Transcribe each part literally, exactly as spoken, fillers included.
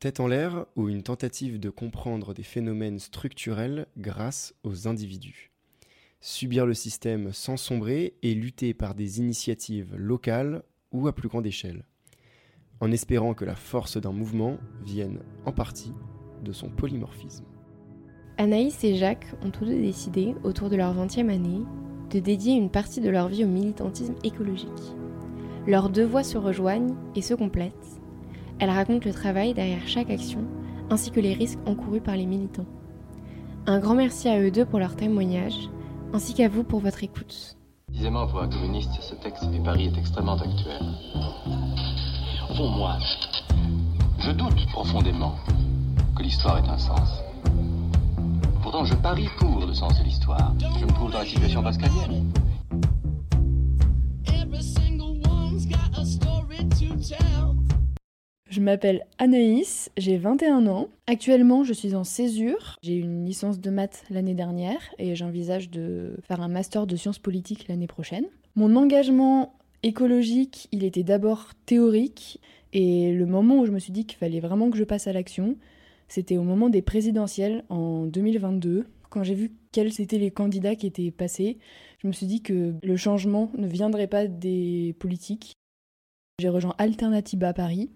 Tête en l'air ou une tentative de comprendre des phénomènes structurels grâce aux individus. Subir le système sans sombrer et lutter par des initiatives locales ou à plus grande échelle, en espérant que la force d'un mouvement vienne en partie de son polymorphisme. Anaïs et Jacques ont tous deux décidé, autour de leur vingtième année, de dédier une partie de leur vie au militantisme écologique. Leurs deux voix se rejoignent et se complètent. Elles racontent le travail derrière chaque action, ainsi que les risques encourus par les militants. Un grand merci à eux deux pour leur témoignage, ainsi qu'à vous pour votre écoute. Précisément pour un communiste, ce texte des paris est extrêmement actuel. Au fond, moi, je doute profondément que l'histoire ait un sens. Pourtant, je parie pour le sens de l'histoire. Je me trouve dans la situation pascalienne. Je m'appelle Anaïs, j'ai vingt et un ans. Actuellement, je suis en césure. J'ai eu une licence de maths l'année dernière et j'envisage de faire un master de sciences politiques l'année prochaine. Mon engagement écologique, il était d'abord théorique et le moment où je me suis dit qu'il fallait vraiment que je passe à l'action, c'était au moment des présidentielles en deux mille vingt-deux. Quand j'ai vu quels étaient les candidats qui étaient passés, je me suis dit que le changement ne viendrait pas des politiques. J'ai rejoint Alternatiba à Paris.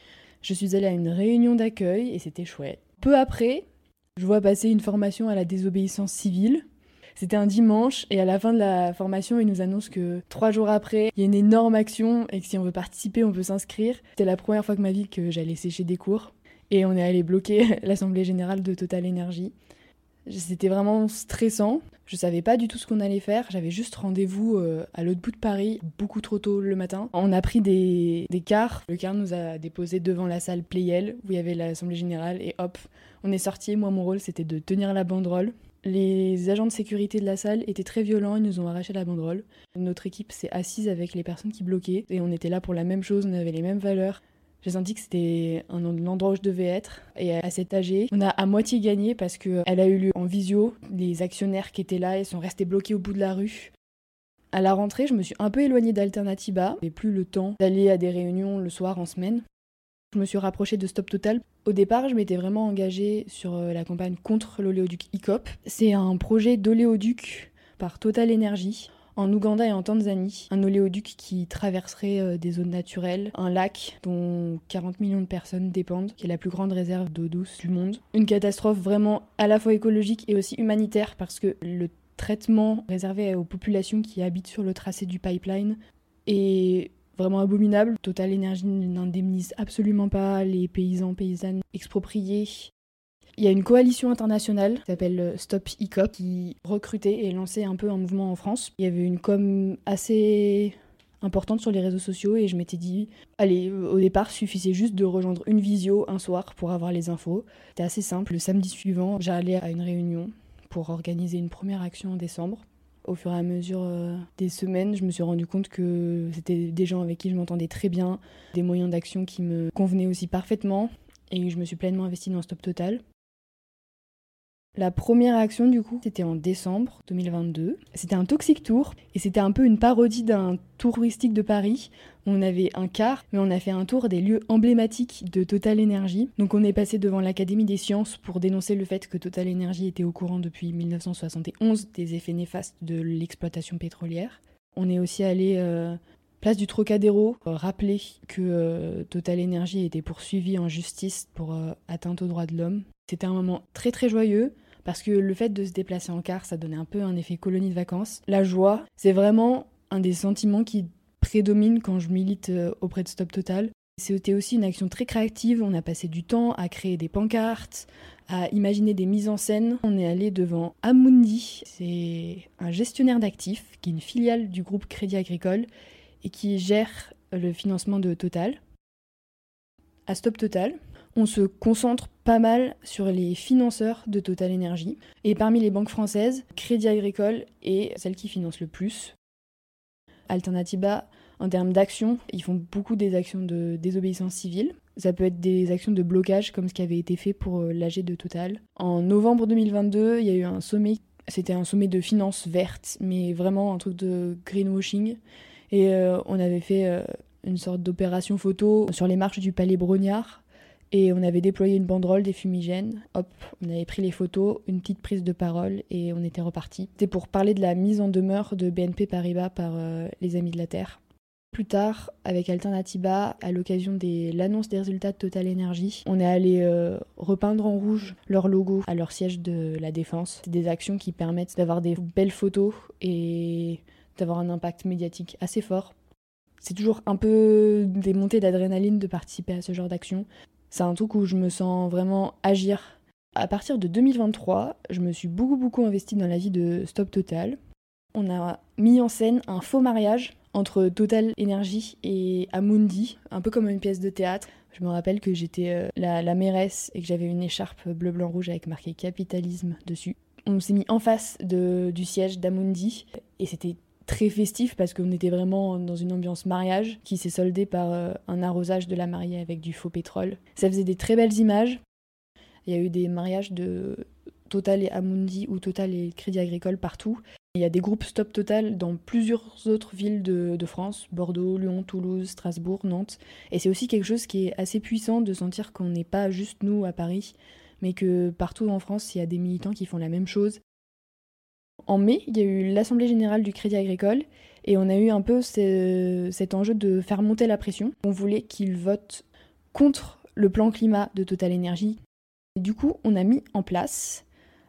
Je suis allée à une réunion d'accueil et c'était chouette. Peu après, je vois passer une formation à la désobéissance civile. C'était un dimanche et à la fin de la formation, ils nous annoncent que trois jours après, il y a une énorme action et que si on veut participer, on peut s'inscrire. C'était la première fois de ma vie que j'allais sécher des cours et on est allé bloquer l'Assemblée Générale de Total Energy. C'était vraiment stressant. Je savais pas du tout ce qu'on allait faire. J'avais juste rendez-vous euh, à l'autre bout de Paris, beaucoup trop tôt le matin. On a pris des, des cars. Le car nous a déposés devant la salle Playel, où il y avait l'Assemblée Générale, et hop, on est sortis. Moi, mon rôle, c'était de tenir la banderole. Les agents de sécurité de la salle étaient très violents, ils nous ont arraché la banderole. Notre équipe s'est assise avec les personnes qui bloquaient, et on était là pour la même chose, on avait les mêmes valeurs. J'ai senti que c'était un endroit où je devais être. Et à cet A G, on a à moitié gagné parce qu'elle a eu lieu en visio. Les actionnaires qui étaient là, ils sont restés bloqués au bout de la rue. À la rentrée, je me suis un peu éloignée d'Alternatiba. J'avais plus le temps d'aller à des réunions le soir, en semaine. Je me suis rapprochée de Stop Total. Au départ, je m'étais vraiment engagée sur la campagne contre l'oléoduc I C O P. C'est un projet d'oléoduc par Total Energy en Ouganda et en Tanzanie, un oléoduc qui traverserait des zones naturelles, un lac dont quarante millions de personnes dépendent, qui est la plus grande réserve d'eau douce du monde. Une catastrophe vraiment à la fois écologique et aussi humanitaire parce que le traitement réservé aux populations qui habitent sur le tracé du pipeline est vraiment abominable. Total Energy n'indemnise absolument pas les paysans, paysannes expropriés. Il y a une coalition internationale qui s'appelle Stop I C O P qui recrutait et lançait un peu un mouvement en France. Il y avait une com assez importante sur les réseaux sociaux et je m'étais dit, allez, au départ, suffisait juste de rejoindre une visio un soir pour avoir les infos. C'était assez simple. Le samedi suivant, j'allais à une réunion pour organiser une première action en décembre. Au fur et à mesure euh, des semaines, je me suis rendu compte que c'était des gens avec qui je m'entendais très bien, des moyens d'action qui me convenaient aussi parfaitement et je me suis pleinement investie dans Stop Total. La première action, du coup, c'était en décembre deux mille vingt-deux. C'était un Toxic Tour et c'était un peu une parodie d'un tour touristique de Paris. On avait un car, mais on a fait un tour des lieux emblématiques de Total Energy. Donc on est passé devant l'Académie des sciences pour dénoncer le fait que Total Energy était au courant depuis dix-neuf cent soixante et onze des effets néfastes de l'exploitation pétrolière. On est aussi allé euh, place du Trocadéro, euh, rappeler que euh, Total Energy était poursuivi en justice pour euh, atteinte aux droits de l'homme. C'était un moment très très joyeux parce que le fait de se déplacer en car, ça donnait un peu un effet colonie de vacances. La joie, c'est vraiment un des sentiments qui prédomine quand je milite auprès de Stop Total. C'était aussi une action très créative, on a passé du temps à créer des pancartes, à imaginer des mises en scène. On est allé devant Amundi, c'est un gestionnaire d'actifs qui est une filiale du groupe Crédit Agricole et qui gère le financement de Total. À Stop Total, on se concentre pas mal sur les financeurs de Total Energy. Et parmi les banques françaises, Crédit Agricole est celle qui finance le plus. Alternatiba, en termes d'action, ils font beaucoup des actions de désobéissance civile. Ça peut être des actions de blocage, comme ce qui avait été fait pour l'A G de Total. En novembre deux mille vingt-deux, il y a eu un sommet. C'était un sommet de finances vertes, mais vraiment un truc de greenwashing. Et euh, on avait fait euh, une sorte d'opération photo sur les marches du Palais Brognard. Et on avait déployé une banderole, des fumigènes. Hop, on avait pris les photos, une petite prise de parole et on était reparti. C'était pour parler de la mise en demeure de B N P Paribas par euh, les Amis de la Terre. Plus tard, avec Alternativa, à l'occasion de l'annonce des résultats de Total Energy, on est allé euh, repeindre en rouge leur logo à leur siège de la Défense. C'est des actions qui permettent d'avoir des belles photos et d'avoir un impact médiatique assez fort. C'est toujours un peu des montées d'adrénaline de participer à ce genre d'action. C'est un truc où je me sens vraiment agir. À partir de deux mille vingt-trois, je me suis beaucoup beaucoup investie dans la vie de Stop Total. On a mis en scène un faux mariage entre Total Energy et Amundi, un peu comme une pièce de théâtre. Je me rappelle que j'étais euh, la, la mairesse et que j'avais une écharpe bleu-blanc-rouge avec marqué capitalisme dessus. On s'est mis en face de, du siège d'Amundi et c'était très festif parce qu'on était vraiment dans une ambiance mariage qui s'est soldée par euh, un arrosage de la mariée avec du faux pétrole. Ça faisait des très belles images. Il y a eu des mariages de Total et Amundi ou Total et Crédit Agricole partout. Il y a des groupes Stop Total dans plusieurs autres villes de, de France, Bordeaux, Lyon, Toulouse, Strasbourg, Nantes. Et c'est aussi quelque chose qui est assez puissant de sentir qu'on n'est pas juste nous à Paris, mais que partout en France, il y a des militants qui font la même chose. En mai, il y a eu l'Assemblée Générale du Crédit Agricole et on a eu un peu ce, cet enjeu de faire monter la pression. On voulait qu'ils votent contre le plan climat de Total Energy. Et du coup, on a mis en place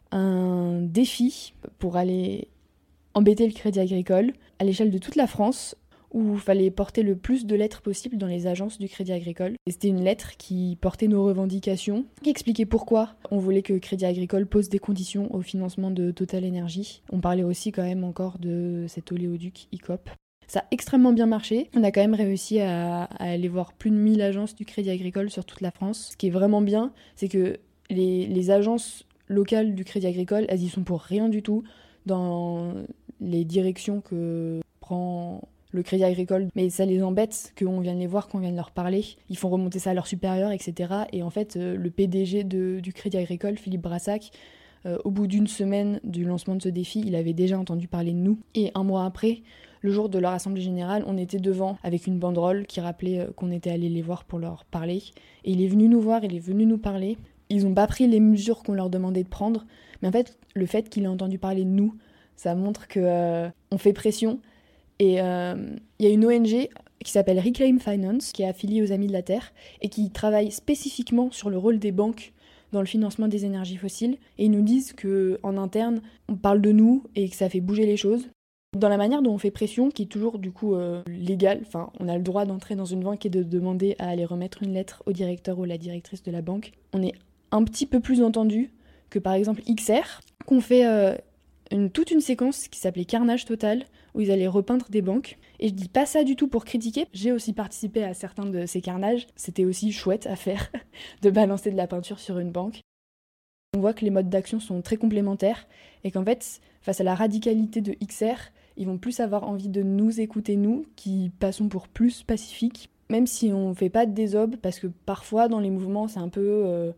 un défi pour aller embêter le Crédit Agricole à l'échelle de toute la France où il fallait porter le plus de lettres possible dans les agences du Crédit Agricole. Et c'était une lettre qui portait nos revendications, qui expliquait pourquoi on voulait que le Crédit Agricole pose des conditions au financement de Total Energy. On parlait aussi quand même encore de cet oléoduc I C O P. Ça a extrêmement bien marché. On a quand même réussi à, à aller voir plus de mille agences du Crédit Agricole sur toute la France. Ce qui est vraiment bien, c'est que les, les agences locales du Crédit Agricole, elles y sont pour rien du tout dans les directions que prend le Crédit Agricole, mais ça les embête qu'on vienne les voir, qu'on vienne leur parler. Ils font remonter ça à leurs supérieurs, et cetera. Et en fait, euh, le P D G de, du Crédit Agricole, Philippe Brassac, euh, au bout d'une semaine du lancement de ce défi, il avait déjà entendu parler de nous. Et un mois après, le jour de leur assemblée générale, on était devant avec une banderole qui rappelait euh, qu'on était allé les voir pour leur parler. Et il est venu nous voir, il est venu nous parler. Ils n'ont pas pris les mesures qu'on leur demandait de prendre, mais en fait, le fait qu'il ait entendu parler de nous, ça montre qu'on euh, fait pression. Et il euh, y a une O N G qui s'appelle Reclaim Finance, qui est affiliée aux Amis de la Terre, et qui travaille spécifiquement sur le rôle des banques dans le financement des énergies fossiles. Et ils nous disent qu'en interne, on parle de nous et que ça fait bouger les choses. Dans la manière dont on fait pression, qui est toujours du coup euh, légale, enfin on a le droit d'entrer dans une banque et de demander à aller remettre une lettre au directeur ou à la directrice de la banque, on est un petit peu plus entendu que par exemple X R, qu'on fait euh, une, toute une séquence qui s'appelait Carnage Total, où ils allaient repeindre des banques. Et je dis pas ça du tout pour critiquer, j'ai aussi participé à certains de ces carnages, c'était aussi chouette à faire, de balancer de la peinture sur une banque. On voit que les modes d'action sont très complémentaires, et qu'en fait, face à la radicalité de X R, ils vont plus avoir envie de nous écouter, nous, qui passons pour plus pacifiques, même si on fait pas de désob, parce que parfois, dans les mouvements, c'est un peu euh,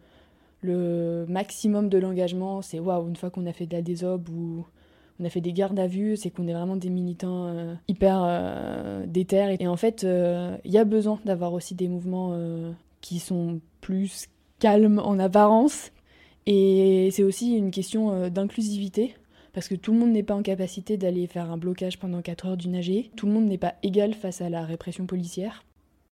le maximum de l'engagement, c'est waouh, une fois qu'on a fait de la désob ou on a fait des gardes à vue, c'est qu'on est vraiment des militants euh, hyper euh, déter. Et en fait, il euh, y a besoin d'avoir aussi des mouvements euh, qui sont plus calmes en apparence. Et c'est aussi une question euh, d'inclusivité, parce que tout le monde n'est pas en capacité d'aller faire un blocage pendant quatre heures d'une A G. Tout le monde n'est pas égal face à la répression policière.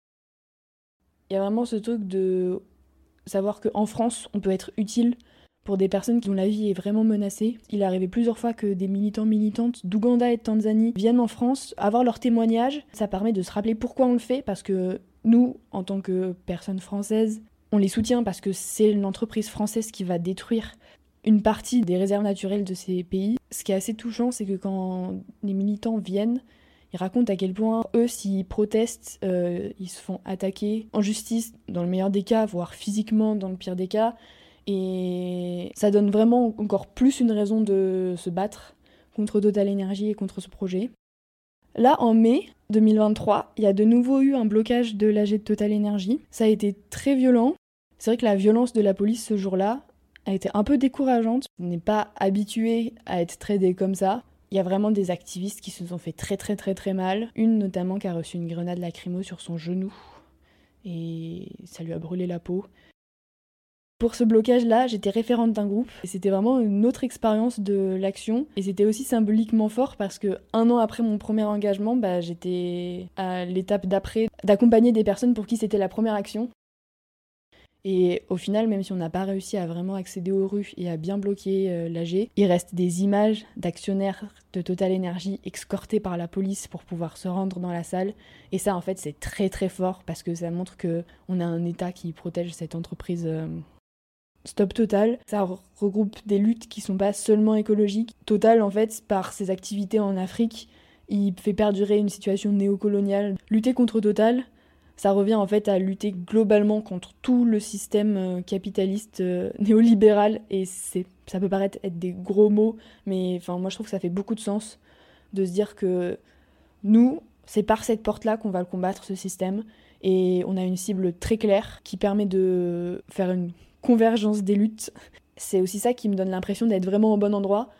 Il y a vraiment ce truc de savoir qu'en France, on peut être utile pour des personnes dont la vie est vraiment menacée. Il est arrivé plusieurs fois que des militants militantes d'Ouganda et de Tanzanie viennent en France avoir leur témoignage. Ça permet de se rappeler pourquoi on le fait, parce que nous, en tant que personnes françaises, on les soutient parce que c'est l'entreprise française qui va détruire une partie des réserves naturelles de ces pays. Ce qui est assez touchant, c'est que quand les militants viennent, ils racontent à quel point, eux, s'ils protestent, euh, ils se font attaquer en justice, dans le meilleur des cas, voire physiquement dans le pire des cas. Et ça donne vraiment encore plus une raison de se battre contre Total Energy et contre ce projet. Là, en mai deux mille vingt-trois, il y a de nouveau eu un blocage de l'A G de Total Energy. Ça a été très violent. C'est vrai que la violence de la police ce jour-là a été un peu décourageante. On n'est pas habitué à être traité comme ça. Il y a vraiment des activistes qui se sont fait très très très très mal. Une notamment qui a reçu une grenade lacrymo sur son genou. Et ça lui a brûlé la peau. Pour ce blocage-là, j'étais référente d'un groupe et c'était vraiment une autre expérience de l'action. Et c'était aussi symboliquement fort parce que un an après mon premier engagement, bah, j'étais à l'étape d'après d'accompagner des personnes pour qui c'était la première action. Et au final, même si on n'a pas réussi à vraiment accéder aux rues et à bien bloquer euh, l'A G, il reste des images d'actionnaires de Total Energy escortés par la police pour pouvoir se rendre dans la salle. Et ça, en fait, c'est très très fort parce que ça montre qu'on a un État qui protège cette entreprise euh, Stop Total. Ça re- regroupe des luttes qui sont pas seulement écologiques. Total, en fait, par ses activités en Afrique, il fait perdurer une situation néocoloniale. Lutter contre Total, ça revient en fait à lutter globalement contre tout le système capitaliste euh, néolibéral, et c'est, ça peut paraître être des gros mots, mais enfin, moi je trouve que ça fait beaucoup de sens de se dire que nous, c'est par cette porte-là qu'on va le combattre, ce système, et on a une cible très claire qui permet de faire une convergence des luttes. C'est aussi ça qui me donne l'impression d'être vraiment au bon endroit.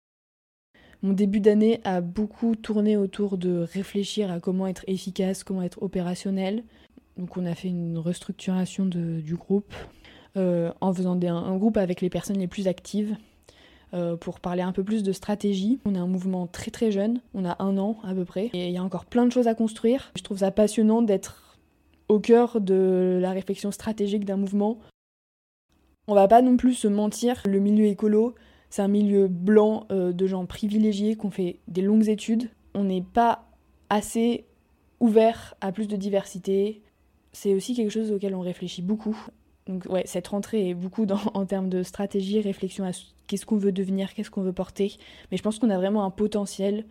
Mon début d'année a beaucoup tourné autour de réfléchir à comment être efficace, comment être opérationnel. Donc on a fait une restructuration de, du groupe euh, en faisant des, un groupe avec les personnes les plus actives euh, pour parler un peu plus de stratégie. On est un mouvement très très jeune, on a un an à peu près, et il y a encore plein de choses à construire. Je trouve ça passionnant d'être au cœur de la réflexion stratégique d'un mouvement. On va pas non plus se mentir, le milieu écolo, c'est un milieu blanc euh, de gens privilégiés qui ont fait des longues études. On n'est pas assez ouvert à plus de diversité. C'est aussi quelque chose auquel on réfléchit beaucoup. Donc ouais, cette rentrée est beaucoup dans, en termes de stratégie, réflexion à qu'est-ce qu'on veut devenir, qu'est-ce qu'on veut porter. Mais je pense qu'on a vraiment un potentiel.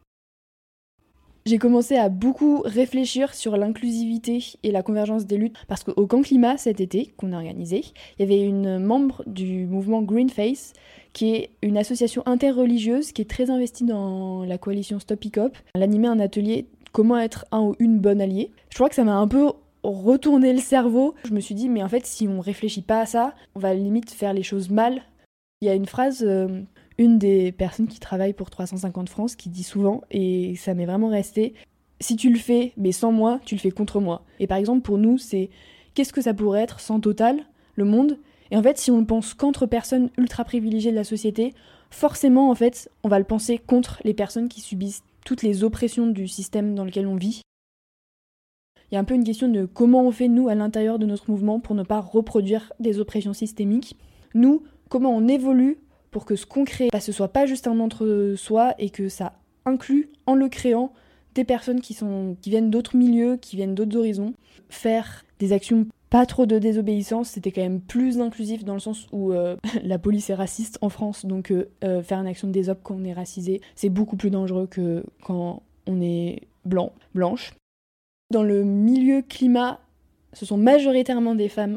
J'ai commencé à beaucoup réfléchir sur l'inclusivité et la convergence des luttes parce qu'au Camp Climat cet été, qu'on a organisé, il y avait une membre du mouvement Greenface qui est une association interreligieuse qui est très investie dans la coalition Stop Hiccup. Elle animait un atelier « Comment être un ou une bonne alliée ». Je crois que ça m'a un peu retourné le cerveau. Je me suis dit, mais en fait, si on réfléchit pas à ça, on va limite faire les choses mal. Il y a une phrase, euh, une des personnes qui travaille pour trois cent cinquante France qui dit souvent, et ça m'est vraiment resté, « Si tu le fais, mais sans moi, tu le fais contre moi ». Et par exemple, pour nous, c'est qu'est-ce que ça pourrait être sans Total, le monde ? Et en fait, si on le pense qu'entre personnes ultra privilégiées de la société, forcément, en fait, on va le penser contre les personnes qui subissent toutes les oppressions du système dans lequel on vit. Il y a un peu une question de comment on fait, nous, à l'intérieur de notre mouvement, pour ne pas reproduire des oppressions systémiques. Nous, comment on évolue pour que ce qu'on crée, bah, ce soit pas juste un entre-soi et que ça inclut, en le créant, des personnes qui, sont, qui viennent d'autres milieux, qui viennent d'autres horizons. Faire des actions pas trop de désobéissance, c'était quand même plus inclusif dans le sens où euh, la police est raciste en France, donc euh, euh, faire une action de désop quand on est racisé, c'est beaucoup plus dangereux que quand on est blanc, blanche. Dans le milieu climat, ce sont majoritairement des femmes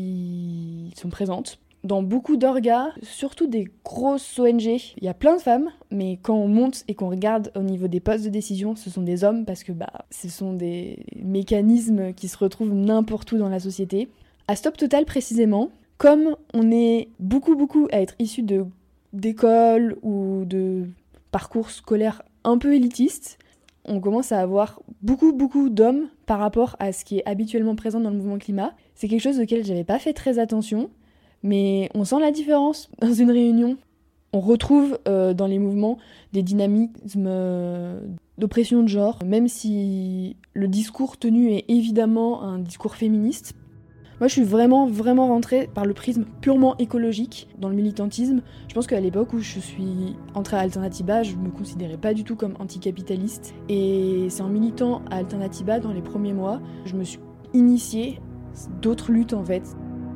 qui sont présentes. Dans beaucoup d'orgas, surtout des grosses O N G, il y a plein de femmes, mais quand on monte et qu'on regarde au niveau des postes de décision, ce sont des hommes parce que bah, ce sont des mécanismes qui se retrouvent n'importe où dans la société. À Stop Total précisément, comme on est beaucoup beaucoup à être issus de, d'écoles ou de parcours scolaires un peu élitistes, on commence à avoir beaucoup beaucoup d'hommes par rapport à ce qui est habituellement présent dans le mouvement climat. C'est quelque chose auquel j'avais pas fait très attention. Mais on sent la différence dans une réunion. On retrouve euh, dans les mouvements des dynamismes euh, d'oppression de genre, même si le discours tenu est évidemment un discours féministe. Moi, je suis vraiment, vraiment rentrée par le prisme purement écologique dans le militantisme. Je pense qu'à l'époque où je suis entrée à Alternativa, je me considérais pas du tout comme anticapitaliste. Et c'est en militant à Alternativa, dans les premiers mois, je me suis initiée d'autres luttes, en fait.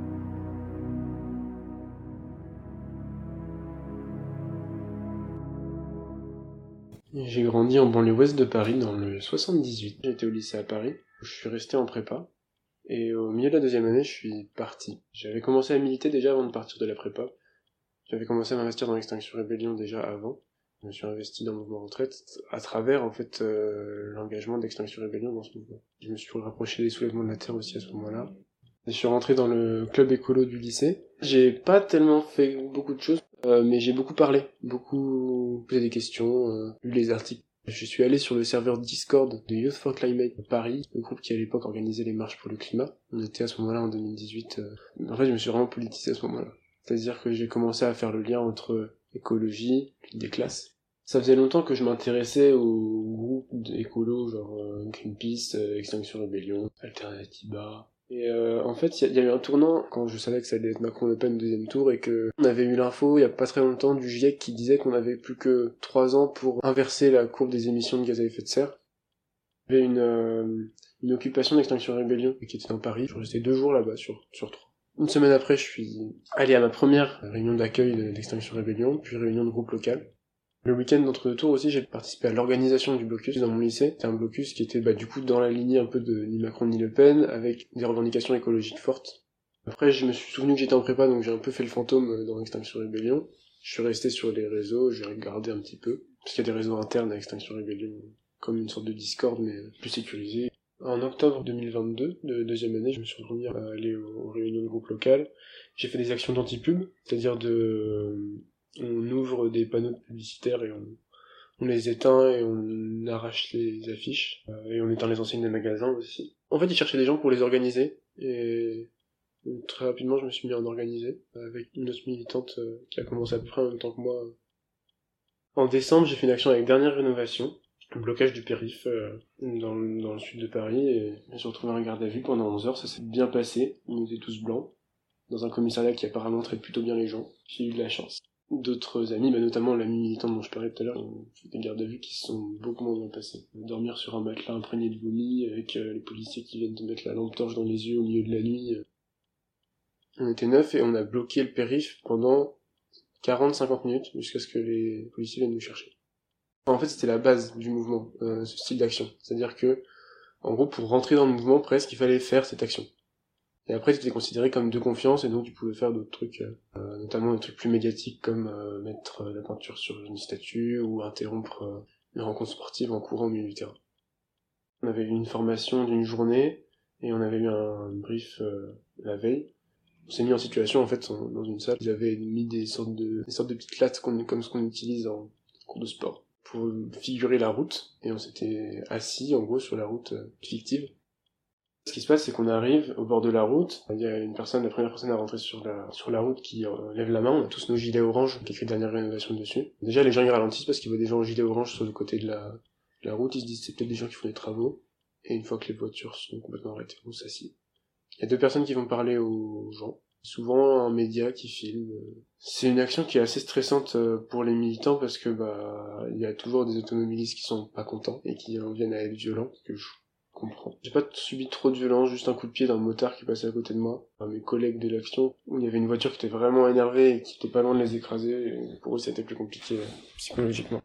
J'ai grandi en banlieue ouest de Paris dans le soixante-dix-huit. J'étais au lycée à Paris. Je suis resté en prépa. Et au milieu de la deuxième année, je suis parti. J'avais commencé à militer déjà avant de partir de la prépa. J'avais commencé à m'investir dans l'Extinction Rebellion déjà avant. Je me suis investi dans le mouvement retraite à travers en fait euh, l'engagement d'Extinction Rebellion dans ce mouvement. Je me suis rapproché des soulèvements de la terre aussi à ce moment-là. Je suis rentré dans le club écolo du lycée. J'ai pas tellement fait beaucoup de choses, euh, mais j'ai beaucoup parlé, beaucoup posé des questions, euh, lu les articles. Je suis allé sur le serveur Discord de Youth for Climate Paris, le groupe qui à l'époque organisait les marches pour le climat. On était à ce moment-là en deux mille dix-huit. Euh... En fait, je me suis vraiment politisé à ce moment-là. C'est-à-dire que j'ai commencé à faire le lien entre écologie, des classes. Ça faisait longtemps que je m'intéressais aux groupes écolos, genre euh, Greenpeace, euh, Extinction Rebellion, Alternatiba. Et euh, en fait, il y, y a eu un tournant quand je savais que ça allait être Macron-Le Pen deuxième tour et que on avait eu l'info il y a pas très longtemps du GIEC qui disait qu'on avait plus que trois ans pour inverser la courbe des émissions de gaz à effet de serre. Il y avait une, euh, une occupation d'Extinction Rebellion qui était dans Paris. Je restais deux jours là-bas sur, sur trois. Une semaine après, je suis allé à ma première réunion d'accueil d'Extinction Rebellion, puis réunion de groupe local. Le week-end d'entre deux tours aussi, j'ai participé à l'organisation du blocus dans mon lycée. C'était un blocus qui était bah, du coup dans la lignée un peu de ni Macron ni Le Pen, avec des revendications écologiques fortes. Après, je me suis souvenu que j'étais en prépa, donc j'ai un peu fait le fantôme dans Extinction Rebellion. Je suis resté sur les réseaux, j'ai regardé un petit peu, parce qu'il y a des réseaux internes à Extinction Rebellion, comme une sorte de Discord, mais plus sécurisé. En octobre deux mille vingt-deux, de deuxième année, je me suis retrouvé à aller aux réunions de groupe local. J'ai fait des actions d'anti-pub, c'est-à-dire de... on ouvre des panneaux publicitaires et on, on les éteint et on arrache les affiches, euh, et on éteint les enseignes des magasins aussi. En fait, ils cherchaient des gens pour les organiser, et très rapidement, je me suis mis à en organiser, avec une autre militante euh, qui a commencé à peu près en même temps que moi. En décembre, j'ai fait une action avec Dernière Rénovation, le blocage du périph' euh, dans, dans le sud de Paris, et je me suis retrouvé en garde à vue pendant onze heures, ça s'est bien passé, on était tous blancs, dans un commissariat qui apparemment traite plutôt bien les gens. J'ai eu de la chance. D'autres amis, bah notamment l'ami militant dont je parlais tout à l'heure, ont fait des gardes à vue qui se sont beaucoup moins bien passées. Dormir sur un matelas imprégné de vomi, avec euh, les policiers qui viennent te mettre la lampe torche dans les yeux au milieu de la nuit. On était neuf et on a bloqué le périph' pendant quarante à cinquante minutes, jusqu'à ce que les policiers viennent nous chercher. En fait, c'était la base du mouvement, euh, ce style d'action. C'est-à-dire que, en gros, pour rentrer dans le mouvement, presque, il fallait faire cette action. Et après, tu étais considéré comme de confiance, et donc tu pouvais faire d'autres trucs, euh, notamment des trucs plus médiatiques, comme euh, mettre euh, la peinture sur une statue, ou interrompre euh, une rencontre sportive en courant au milieu du terrain. On avait eu une formation d'une journée, et on avait eu un brief euh, la veille. On s'est mis en situation, en fait, dans une salle. Ils avaient mis des sortes de, des sortes de petites lattes qu'on, comme ce qu'on utilise en cours de sport, pour figurer la route, et on s'était assis, en gros, sur la route euh, fictive. Ce qui se passe, c'est qu'on arrive au bord de la route, il y a une personne, la première personne à rentrer sur la, sur la route qui euh, lève la main, on a tous nos gilets orange, qui écrit Dernière Rénovation dessus. Déjà, les gens, ils ralentissent parce qu'ils voient des gens en gilet orange sur le côté de la, de la route, ils se disent c'est peut-être des gens qui font des travaux, et une fois que les voitures sont complètement arrêtées, on s'assied. Il y a deux personnes qui vont parler aux gens, souvent un média qui filme. C'est une action qui est assez stressante pour les militants parce que bah il y a toujours des automobilistes qui sont pas contents et qui en viennent à être violents, ce que je comprends. J'ai pas subi trop de violence, juste un coup de pied d'un motard qui passait à côté de moi. Enfin, mes collègues de l'action, où il y avait une voiture qui était vraiment énervée et qui était pas loin de les écraser, et pour eux c'était plus compliqué euh, psychologiquement.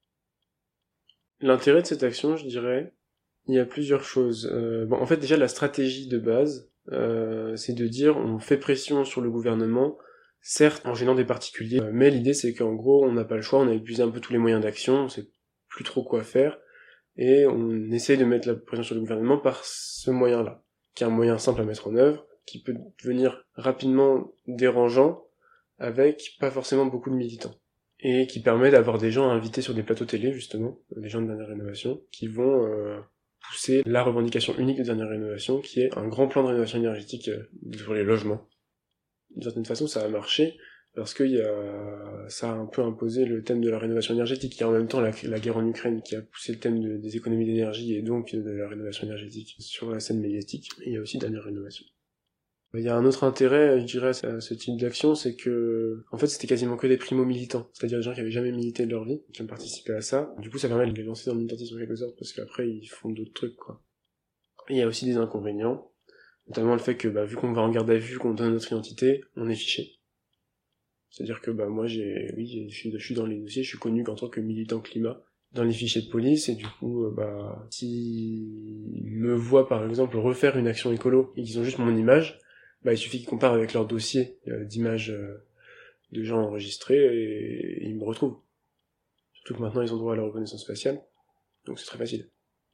L'intérêt de cette action, je dirais, il y a plusieurs choses. Euh, bon, en fait déjà la stratégie de base, Euh, c'est de dire on fait pression sur le gouvernement, certes en gênant des particuliers, euh, mais l'idée c'est qu'en gros on n'a pas le choix, on a épuisé un peu tous les moyens d'action, on sait plus trop quoi faire, et on essaye de mettre la pression sur le gouvernement par ce moyen-là, qui est un moyen simple à mettre en œuvre, qui peut devenir rapidement dérangeant, avec pas forcément beaucoup de militants, et qui permet d'avoir des gens invités sur des plateaux télé justement, des gens de Dernière Rénovation, qui vont... Euh, pousser la revendication unique de Dernière Rénovation, qui est un grand plan de rénovation énergétique pour les logements. D'une certaine façon, ça a marché, parce que y a... ça a un peu imposé le thème de la rénovation énergétique, et en même temps la, la guerre en Ukraine qui a poussé le thème de, des économies d'énergie, et donc de la rénovation énergétique sur la scène médiatique, et il y a aussi Dernière Rénovation. Il y a un autre intérêt, je dirais, à ce type d'action, c'est que, en fait, c'était quasiment que des primo-militants. C'est-à-dire des gens qui avaient jamais milité de leur vie, qui ont participé à ça. Du coup, ça permet de les lancer dans le militantisme en quelque sorte, parce qu'après, ils font d'autres trucs, quoi. Et il y a aussi des inconvénients. Notamment le fait que, bah, vu qu'on va en garde à vue, qu'on donne notre identité, on est fiché. C'est-à-dire que, bah, moi, j'ai, oui, je suis, je suis dans les dossiers, je suis connu qu'en tant que militant climat dans les fichiers de police, et du coup, bah, s'ils me voient, par exemple, refaire une action écolo, et qu'ils ont juste mon image, bah, il suffit qu'ils comparent avec leur dossier euh, d'images euh, de gens enregistrés et, et ils me retrouvent. Surtout que maintenant ils ont droit à la reconnaissance faciale, donc c'est très facile.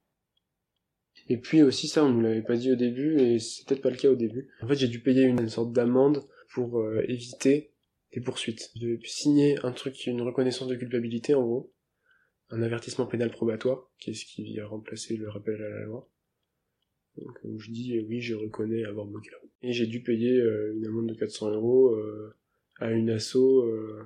Et puis aussi ça, on nous l'avait pas dit au début, et c'est peut-être pas le cas au début. En fait, j'ai dû payer une, une sorte d'amende pour euh, éviter des poursuites. Je devais signer un truc, une reconnaissance de culpabilité en gros, un avertissement pénal probatoire, qui est ce qui a remplacé le rappel à la loi. Donc, où je dis euh, oui, je reconnais avoir bloqué la route. Et j'ai dû payer euh, une amende de quatre cents euros euh, à une asso, euh,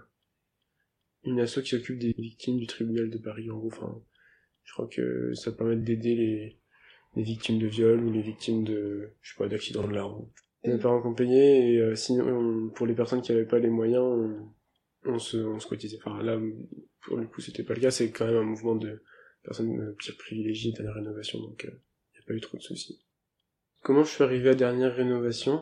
une asso qui s'occupe des victimes du tribunal de Paris, en gros. Enfin, je crois que ça permet d'aider les, les victimes de viol ou les victimes de, je sais pas, d'accidents de la route. Mes parents qui ont payé, et euh, sinon, on, pour les personnes qui n'avaient pas les moyens, on, on se, on se cotisait. Enfin, là, pour le coup, c'était pas le cas, c'est quand même un mouvement de personnes pire privilégiées de dernière rénovation, donc il euh, n'y a pas eu trop de soucis. Comment je suis arrivé à dernière rénovation?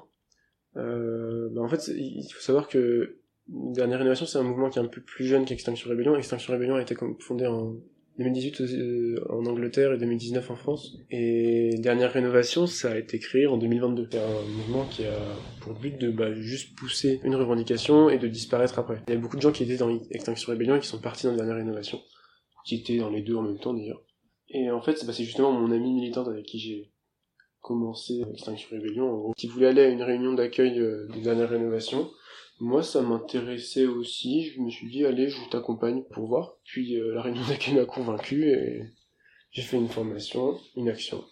euh, bah En fait, il faut savoir que dernière rénovation, c'est un mouvement qui est un peu plus jeune qu'Extinction Rebellion. Extinction Rebellion a été fondé en deux mille dix-huit euh, en Angleterre et deux mille dix-neuf en France. Et Dernière Rénovation, ça a été créé en deux mille vingt-deux. C'est un mouvement qui a pour but de bah, juste pousser une revendication et de disparaître après. Il y a beaucoup de gens qui étaient dans Extinction Rebellion et qui sont partis dans Dernière Rénovation, qui étaient dans les deux en même temps d'ailleurs. Et en fait, bah, c'est justement mon amie militante avec qui j'ai commencé Extinction Rebellion, en gros, qui voulait aller à une réunion d'accueil euh, de Dernière Rénovation. Moi, ça m'intéressait aussi, je me suis dit, allez, je t'accompagne pour voir. Puis euh, la réunion d'accueil m'a convaincu et j'ai fait une formation, une action.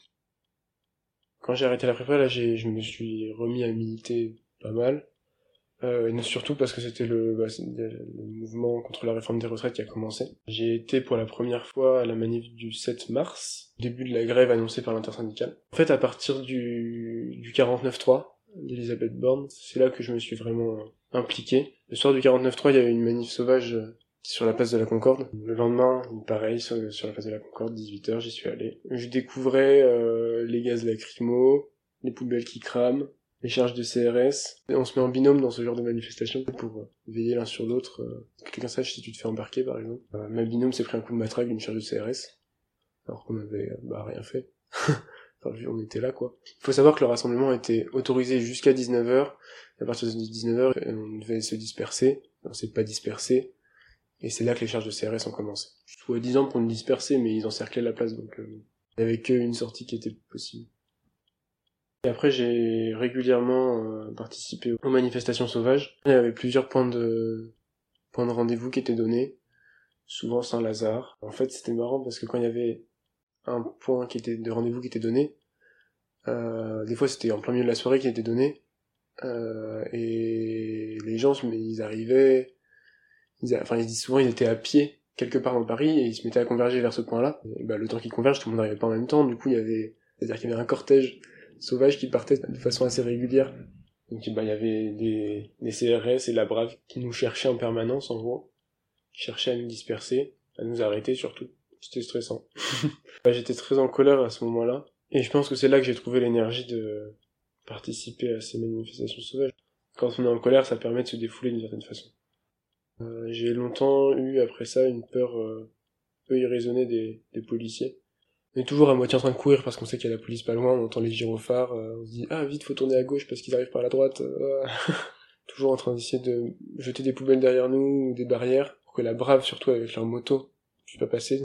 Quand j'ai arrêté la prépa, là, j'ai, je me suis remis à militer pas mal. Euh, et surtout parce que c'était le, bah, le mouvement contre la réforme des retraites qui a commencé. J'ai été pour la première fois à la manif du sept mars, début de la grève annoncée par l'intersyndicale. En fait, à partir du, du quarante-neuf trois d'Elisabeth Borne, c'est là que je me suis vraiment impliqué. Le soir du quarante-neuf trois, il y avait une manif sauvage sur la place de la Concorde. Le lendemain, pareil, sur, sur la place de la Concorde, dix-huit heures, j'y suis allé. Je découvrais euh, les gaz lacrymaux, les poubelles qui crament, les charges de C R S. Et on se met en binôme dans ce genre de manifestation pour veiller l'un sur l'autre. Euh, que quelqu'un sache si tu te fais embarquer, par exemple. Euh, ma binôme s'est pris un coup de matraque d'une charge de C R S, alors qu'on avait bah, rien fait. Enfin, on était là, quoi. Il faut savoir que le rassemblement était autorisé jusqu'à dix-neuf heures. À partir de dix-neuf heures, on devait se disperser. On s'est pas dispersé. Et c'est là que les charges de C R S ont commencé. Soi-disant pour nous disperser, mais ils encerclaient la place, donc euh, il n'y avait qu'une sortie qui était possible. Et après, j'ai régulièrement euh, participé aux manifestations sauvages. Il y avait plusieurs points de points de rendez-vous qui étaient donnés, souvent Saint-Lazare. En fait, c'était marrant parce que quand il y avait un point qui était de rendez-vous qui était donné, euh, des fois c'était en plein milieu de la soirée qui était donné, euh, et les gens, ils arrivaient, ils, enfin ils disent souvent ils étaient à pied quelque part dans Paris et ils se mettaient à converger vers ce point-là. Et bah, le temps qu'ils convergent, tout le monde n'arrivait pas en même temps. Du coup, il y avait, c'est-à-dire qu'il y avait un cortège sauvage qui partait de façon assez régulière. Donc bah il y avait des, des C R S et la Brave qui nous cherchaient en permanence, en gros, qui cherchaient à nous disperser, à nous arrêter surtout. C'était stressant. Bah, j'étais très en colère à ce moment-là, et je pense que c'est là que j'ai trouvé l'énergie de participer à ces manifestations sauvages. Quand on est en colère, ça permet de se défouler d'une certaine façon. Euh, j'ai longtemps eu après ça une peur euh, peu irraisonnée des, des policiers. On est toujours à moitié en train de courir parce qu'on sait qu'il y a la police pas loin, on entend les gyrophares, euh, on se dit « Ah, vite, faut tourner à gauche parce qu'ils arrivent par la droite euh. !» Toujours en train d'essayer de jeter des poubelles derrière nous, ou des barrières, pour que la Brave, surtout avec leur moto, puisse pas passer.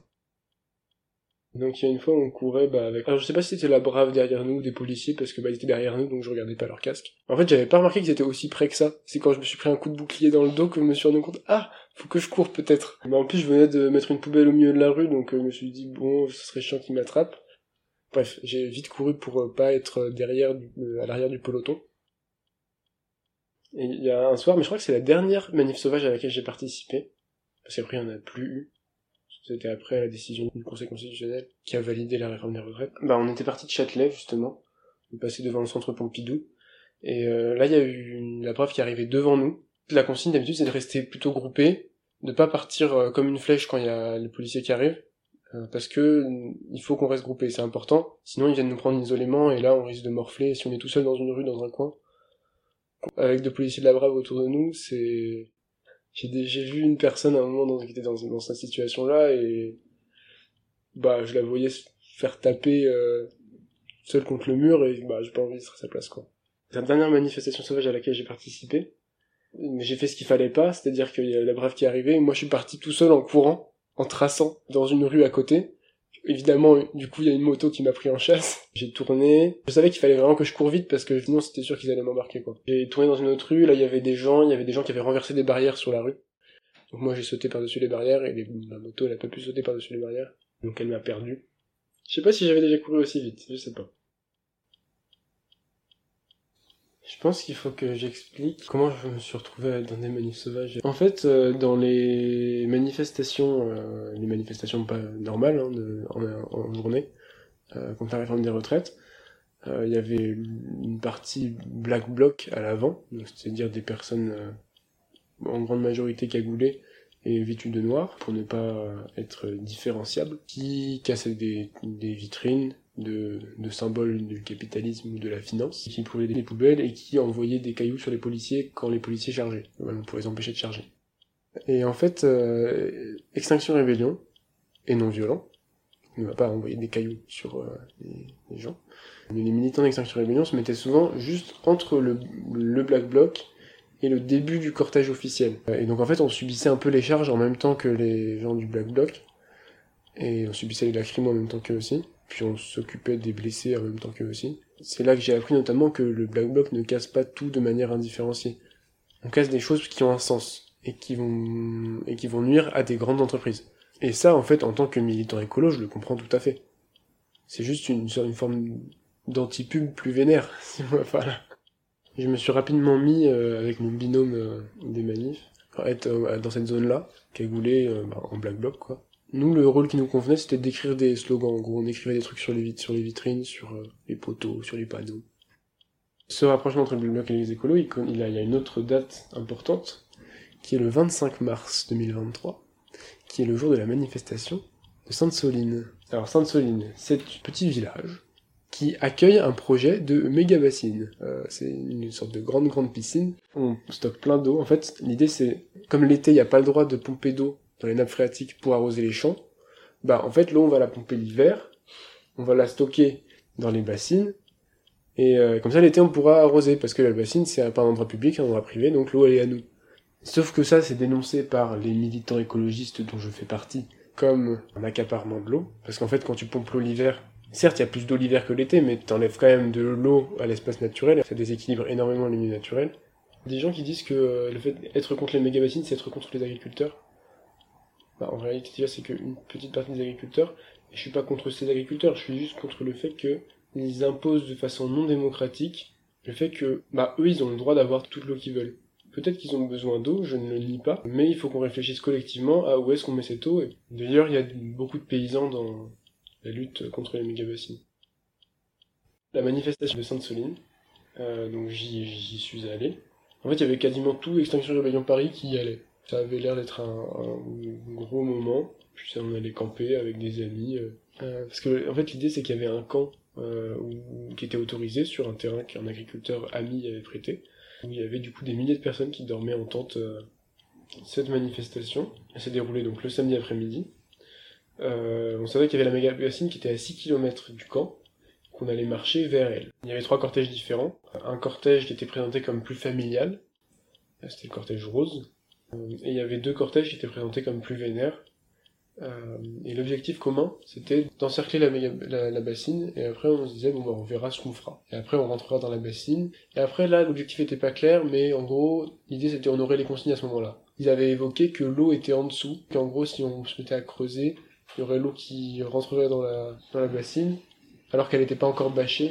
Donc il y a une fois on courait bah avec, alors je sais pas si c'était la Brave derrière nous ou des policiers parce que bah ils étaient derrière nous donc je regardais pas leur casque. En fait j'avais pas remarqué qu'ils étaient aussi près que ça. C'est quand je me suis pris un coup de bouclier dans le dos que je me suis rendu compte, ah faut que je cours peut-être. Mais en plus je venais de mettre une poubelle au milieu de la rue donc euh, je me suis dit bon ce serait chiant qu'ils m'attrapent. Bref j'ai vite couru pour euh, pas être derrière du, euh, à l'arrière du peloton. Et il y a un soir, mais je crois que c'est la dernière manif sauvage à laquelle j'ai participé parce qu'après il y en a plus eu. C'était après la décision du Conseil constitutionnel qui a validé la réforme des retraites. Bah, on était parti de Châtelet, justement. On passait devant le centre Pompidou. Et euh, là, il y a eu une... la Brave qui arrivait devant nous. La consigne, d'habitude, c'est de rester plutôt groupé, de pas partir euh, comme une flèche quand il y a les policiers qui arrivent, euh, parce que il faut qu'on reste groupé, c'est important. Sinon, ils viennent nous prendre isolément, et là, on risque de morfler. Si on est tout seul dans une rue, dans un coin, avec deux policiers de la Brave autour de nous, c'est... J'ai, des, j'ai vu une personne à un moment dans, qui était dans, dans cette situation-là et bah je la voyais se faire taper euh, seule contre le mur et bah j'ai pas envie d'être à sa place quoi. C'est la dernière manifestation sauvage à laquelle j'ai participé, mais j'ai fait ce qu'il fallait pas, c'est-à-dire qu'il y a la Brave qui est arrivée et moi je suis parti tout seul en courant, en traçant dans une rue à côté. Évidemment, du coup, il y a une moto qui m'a pris en chasse. J'ai tourné. Je savais qu'il fallait vraiment que je cours vite parce que sinon, c'était sûr qu'ils allaient m'embarquer, quoi. J'ai tourné dans une autre rue. Là, il y avait des gens. Il y avait des gens qui avaient renversé des barrières sur la rue. Donc moi j'ai sauté par-dessus les barrières et les... la moto elle a pas pu sauter par-dessus les barrières, donc elle m'a perdu. Je sais pas si j'avais déjà couru aussi vite, je sais pas. Je pense qu'il faut que j'explique comment je me suis retrouvé dans des manifs sauvages. En fait, euh, dans les manifestations, euh, les manifestations pas normales hein, de, en, en journée, euh, contre la réforme des retraites, il euh, y avait une partie black bloc à l'avant, c'est-à-dire des personnes euh, en grande majorité cagoulées et vêtues de noir, pour ne pas euh, être différenciables, qui cassaient des, des vitrines, De, de symboles du capitalisme ou de la finance, qui brûlaient des poubelles et qui envoyaient des cailloux sur les policiers quand les policiers chargeaient, voilà, pour les empêcher de charger. Et en fait, euh, Extinction Rébellion est non violent, il ne va pas envoyer des cailloux sur euh, les, les gens. Mais les militants d'Extinction Rébellion se mettaient souvent juste entre le, le Black Bloc et le début du cortège officiel. Et donc en fait, on subissait un peu les charges en même temps que les gens du Black Bloc, et on subissait les lacrymos en même temps qu'eux aussi. Puis on s'occupait des blessés en même temps qu'eux aussi. C'est là que j'ai appris notamment que le Black Bloc ne casse pas tout de manière indifférenciée. On casse des choses qui ont un sens, et qui vont, et qui vont nuire à des grandes entreprises. Et ça, en fait, en tant que militant écolo, je le comprends tout à fait. C'est juste une, une forme d'anti-pub plus vénère, si on va pas là. Je me suis rapidement mis, euh, avec mon binôme euh, des manifs, à être euh, dans cette zone-là, cagoulé euh, bah, en Black Bloc, quoi. Nous, le rôle qui nous convenait, c'était d'écrire des slogans. En gros, on écrivait des trucs sur les, vit- sur les vitrines, sur euh, les poteaux, sur les panneaux. Ce rapprochement entre le Black Bloc et les écolos, il, il, a, il y a une autre date importante, qui est le vingt-cinq mars deux mille vingt-trois, qui est le jour de la manifestation de Sainte-Soline. Alors, Sainte-Soline, c'est un petit village qui accueille un projet de méga bassine. Euh, c'est une sorte de grande, grande piscine. On stocke plein d'eau. En fait, l'idée, c'est, comme l'été, il n'y a pas le droit de pomper d'eau dans les nappes phréatiques pour arroser les champs, bah en fait l'eau on va la pomper l'hiver, on va la stocker dans les bassines, et euh, comme ça l'été on pourra arroser, parce que la bassine c'est pas un endroit public, c'est un endroit privé, donc l'eau elle est à nous. Sauf que ça c'est dénoncé par les militants écologistes dont je fais partie, comme un accaparement de l'eau, parce qu'en fait quand tu pompes l'eau l'hiver, certes il y a plus d'eau l'hiver que l'été, mais t'enlèves quand même de l'eau à l'espace naturel, ça déséquilibre énormément les milieux naturels. Des gens qui disent que le fait d'être contre les méga-bassines c'est être contre les agriculteurs. Bah, en réalité, c'est qu'une petite partie des agriculteurs, et je suis pas contre ces agriculteurs, je suis juste contre le fait qu'ils imposent de façon non démocratique le fait que, bah, eux, ils ont le droit d'avoir toute l'eau qu'ils veulent. Peut-être qu'ils ont besoin d'eau, je ne le nie pas, mais il faut qu'on réfléchisse collectivement à où est-ce qu'on met cette eau. Et d'ailleurs, il y a beaucoup de paysans dans la lutte contre les méga-bassines. La manifestation de Sainte-Soline, euh, donc j'y, j'y suis allé. En fait, il y avait quasiment tout Extinction Rébellion Paris qui y allait. Ça avait l'air d'être un, un gros moment, puis on allait camper avec des amis, euh, euh, parce que en fait l'idée c'est qu'il y avait un camp euh, où, qui était autorisé sur un terrain qu'un agriculteur ami avait prêté, où il y avait du coup des milliers de personnes qui dormaient en tente. Euh, cette manifestation, elle s'est déroulée donc le samedi après-midi. Euh, on savait qu'il y avait la méga bassine qui était à six kilomètres du camp, qu'on allait marcher vers elle. Il y avait trois cortèges différents, un cortège qui était présenté comme plus familial, c'était le cortège rose. Et il y avait deux cortèges qui étaient présentés comme plus vénères. Euh, et l'objectif commun, c'était d'encercler la, méga, la, la bassine, et après on se disait, bon bah on verra ce qu'on fera. Et après on rentrera dans la bassine, et après là l'objectif était pas clair, mais en gros, l'idée c'était on aurait les consignes à ce moment-là. Ils avaient évoqué que l'eau était en dessous, qu'en gros si on se mettait à creuser, il y aurait l'eau qui rentrerait dans la, dans la bassine, alors qu'elle n'était pas encore bâchée.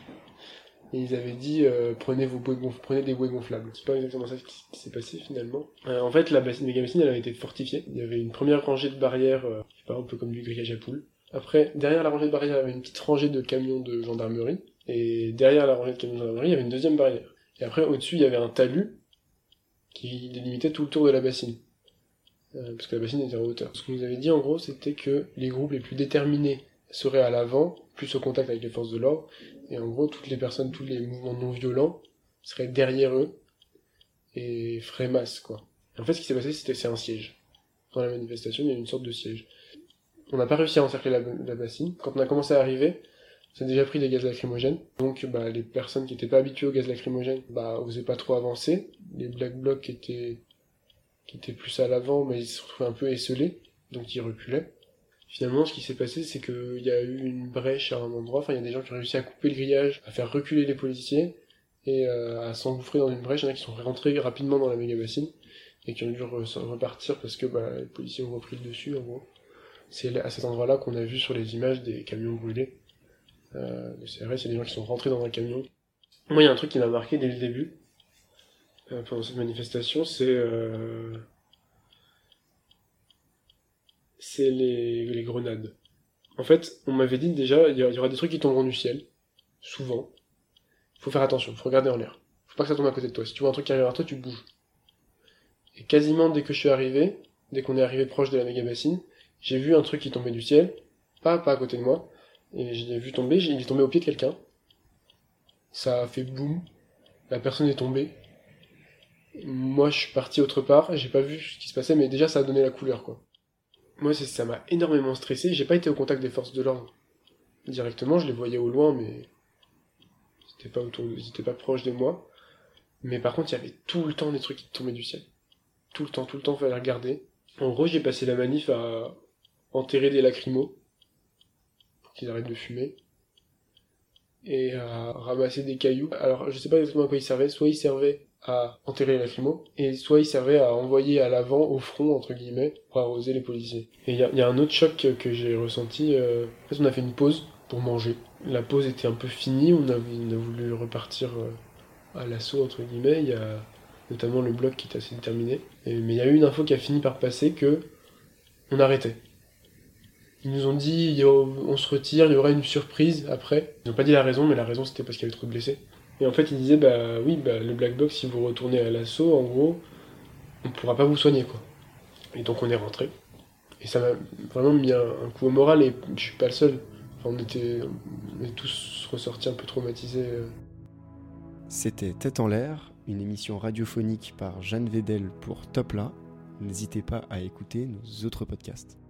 Et ils avaient dit euh, prenez vos bouées gonf- prenez des bouées gonflables. C'est pas exactement ça qui, qui s'est passé finalement. Euh, en fait, la bassine méga bassine, elle avait été fortifiée. Il y avait une première rangée de barrières, euh, je sais pas, un peu comme du grillage à poules. Après, derrière la rangée de barrières, il y avait une petite rangée de camions de gendarmerie. Et derrière la rangée de camions de gendarmerie, il y avait une deuxième barrière. Et après, au-dessus, il y avait un talus qui délimitait tout le tour de la bassine. Euh, parce que la bassine était en hauteur. Ce qu'on nous avait dit en gros, c'était que les groupes les plus déterminés seraient à l'avant, plus au contact avec les forces de l'ordre. Et en gros, toutes les personnes, tous les mouvements non violents seraient derrière eux et feraient masse, quoi. Et en fait, ce qui s'est passé, c'était c'est un siège. Dans la manifestation, il y a une sorte de siège. On n'a pas réussi à encercler la, la bassine. Quand on a commencé à arriver, on s'est déjà pris des gaz lacrymogènes. Donc, bah, les personnes qui étaient pas habituées aux gaz lacrymogènes, bah, osaient pas trop avancer. Les Black Blocs étaient, qui étaient plus à l'avant, mais ils se retrouvaient un peu esselés. Donc, ils reculaient. Finalement, ce qui s'est passé, c'est qu'il y a eu une brèche à un endroit, enfin, il y a des gens qui ont réussi à couper le grillage, à faire reculer les policiers, et euh, à s'engouffrer dans une brèche. Il y en a qui sont rentrés rapidement dans la méga bassine, et qui ont dû re- repartir parce que bah, les policiers ont repris le dessus, en gros. C'est à cet endroit-là qu'on a vu sur les images des camions brûlés. Euh, le C R S, il y a des gens qui sont rentrés dans un camion. Moi, il y a un truc qui m'a marqué dès le début, euh, pendant cette manifestation, c'est... Euh... c'est les, les grenades. En fait, on m'avait dit déjà, il y aura des trucs qui tomberont du ciel, souvent. Faut faire attention, faut regarder en l'air. Faut pas que ça tombe à côté de toi. Si tu vois un truc qui arrive vers toi, tu bouges. Et quasiment dès que je suis arrivé, dès qu'on est arrivé proche de la méga bassine, j'ai vu un truc qui tombait du ciel, pas, pas à côté de moi, et je l'ai vu tomber, il est tombé au pied de quelqu'un. Ça a fait boum, la personne est tombée. Moi, je suis parti autre part, j'ai pas vu ce qui se passait, mais déjà ça a donné la couleur, quoi. Moi, c'est, ça m'a énormément stressé, j'ai pas été au contact des forces de l'ordre directement, je les voyais au loin, mais ils étaient pas autour, ils étaient pas proches de moi. Mais par contre, il y avait tout le temps des trucs qui tombaient du ciel. Tout le temps, tout le temps, fallait regarder. En gros, j'ai passé la manif à enterrer des lacrymos, pour qu'ils arrêtent de fumer, et à ramasser des cailloux. Alors, je sais pas exactement à quoi ils servaient, soit ils servaient à enterrer les lacrymos, et soit ils servaient à envoyer à l'avant, au front, entre guillemets, pour arroser les policiers. Et il y a, y a un autre choc que, que j'ai ressenti, euh... en fait, on a fait une pause pour manger. La pause était un peu finie, on a, on a voulu repartir euh, à l'assaut, entre guillemets, il y a notamment le bloc qui était assez déterminé. Et, mais il y a eu une info qui a fini par passer que on arrêtait. Ils nous ont dit, y aura, on se retire, il y aura une surprise après. Ils n'ont pas dit la raison, mais la raison c'était parce qu'il y avait trop de blessés. Et en fait, ils disaient, bah oui, bah, le black box, si vous retournez à l'assaut, en gros, on pourra pas vous soigner, quoi. Et donc on est rentré. Et ça m'a vraiment mis un, un coup au moral, et je suis pas le seul. Enfin, on était, on est tous ressortis un peu traumatisés. C'était Tête en l'air, une émission radiophonique par Jeanne Vedel pour Top là. N'hésitez pas à écouter nos autres podcasts.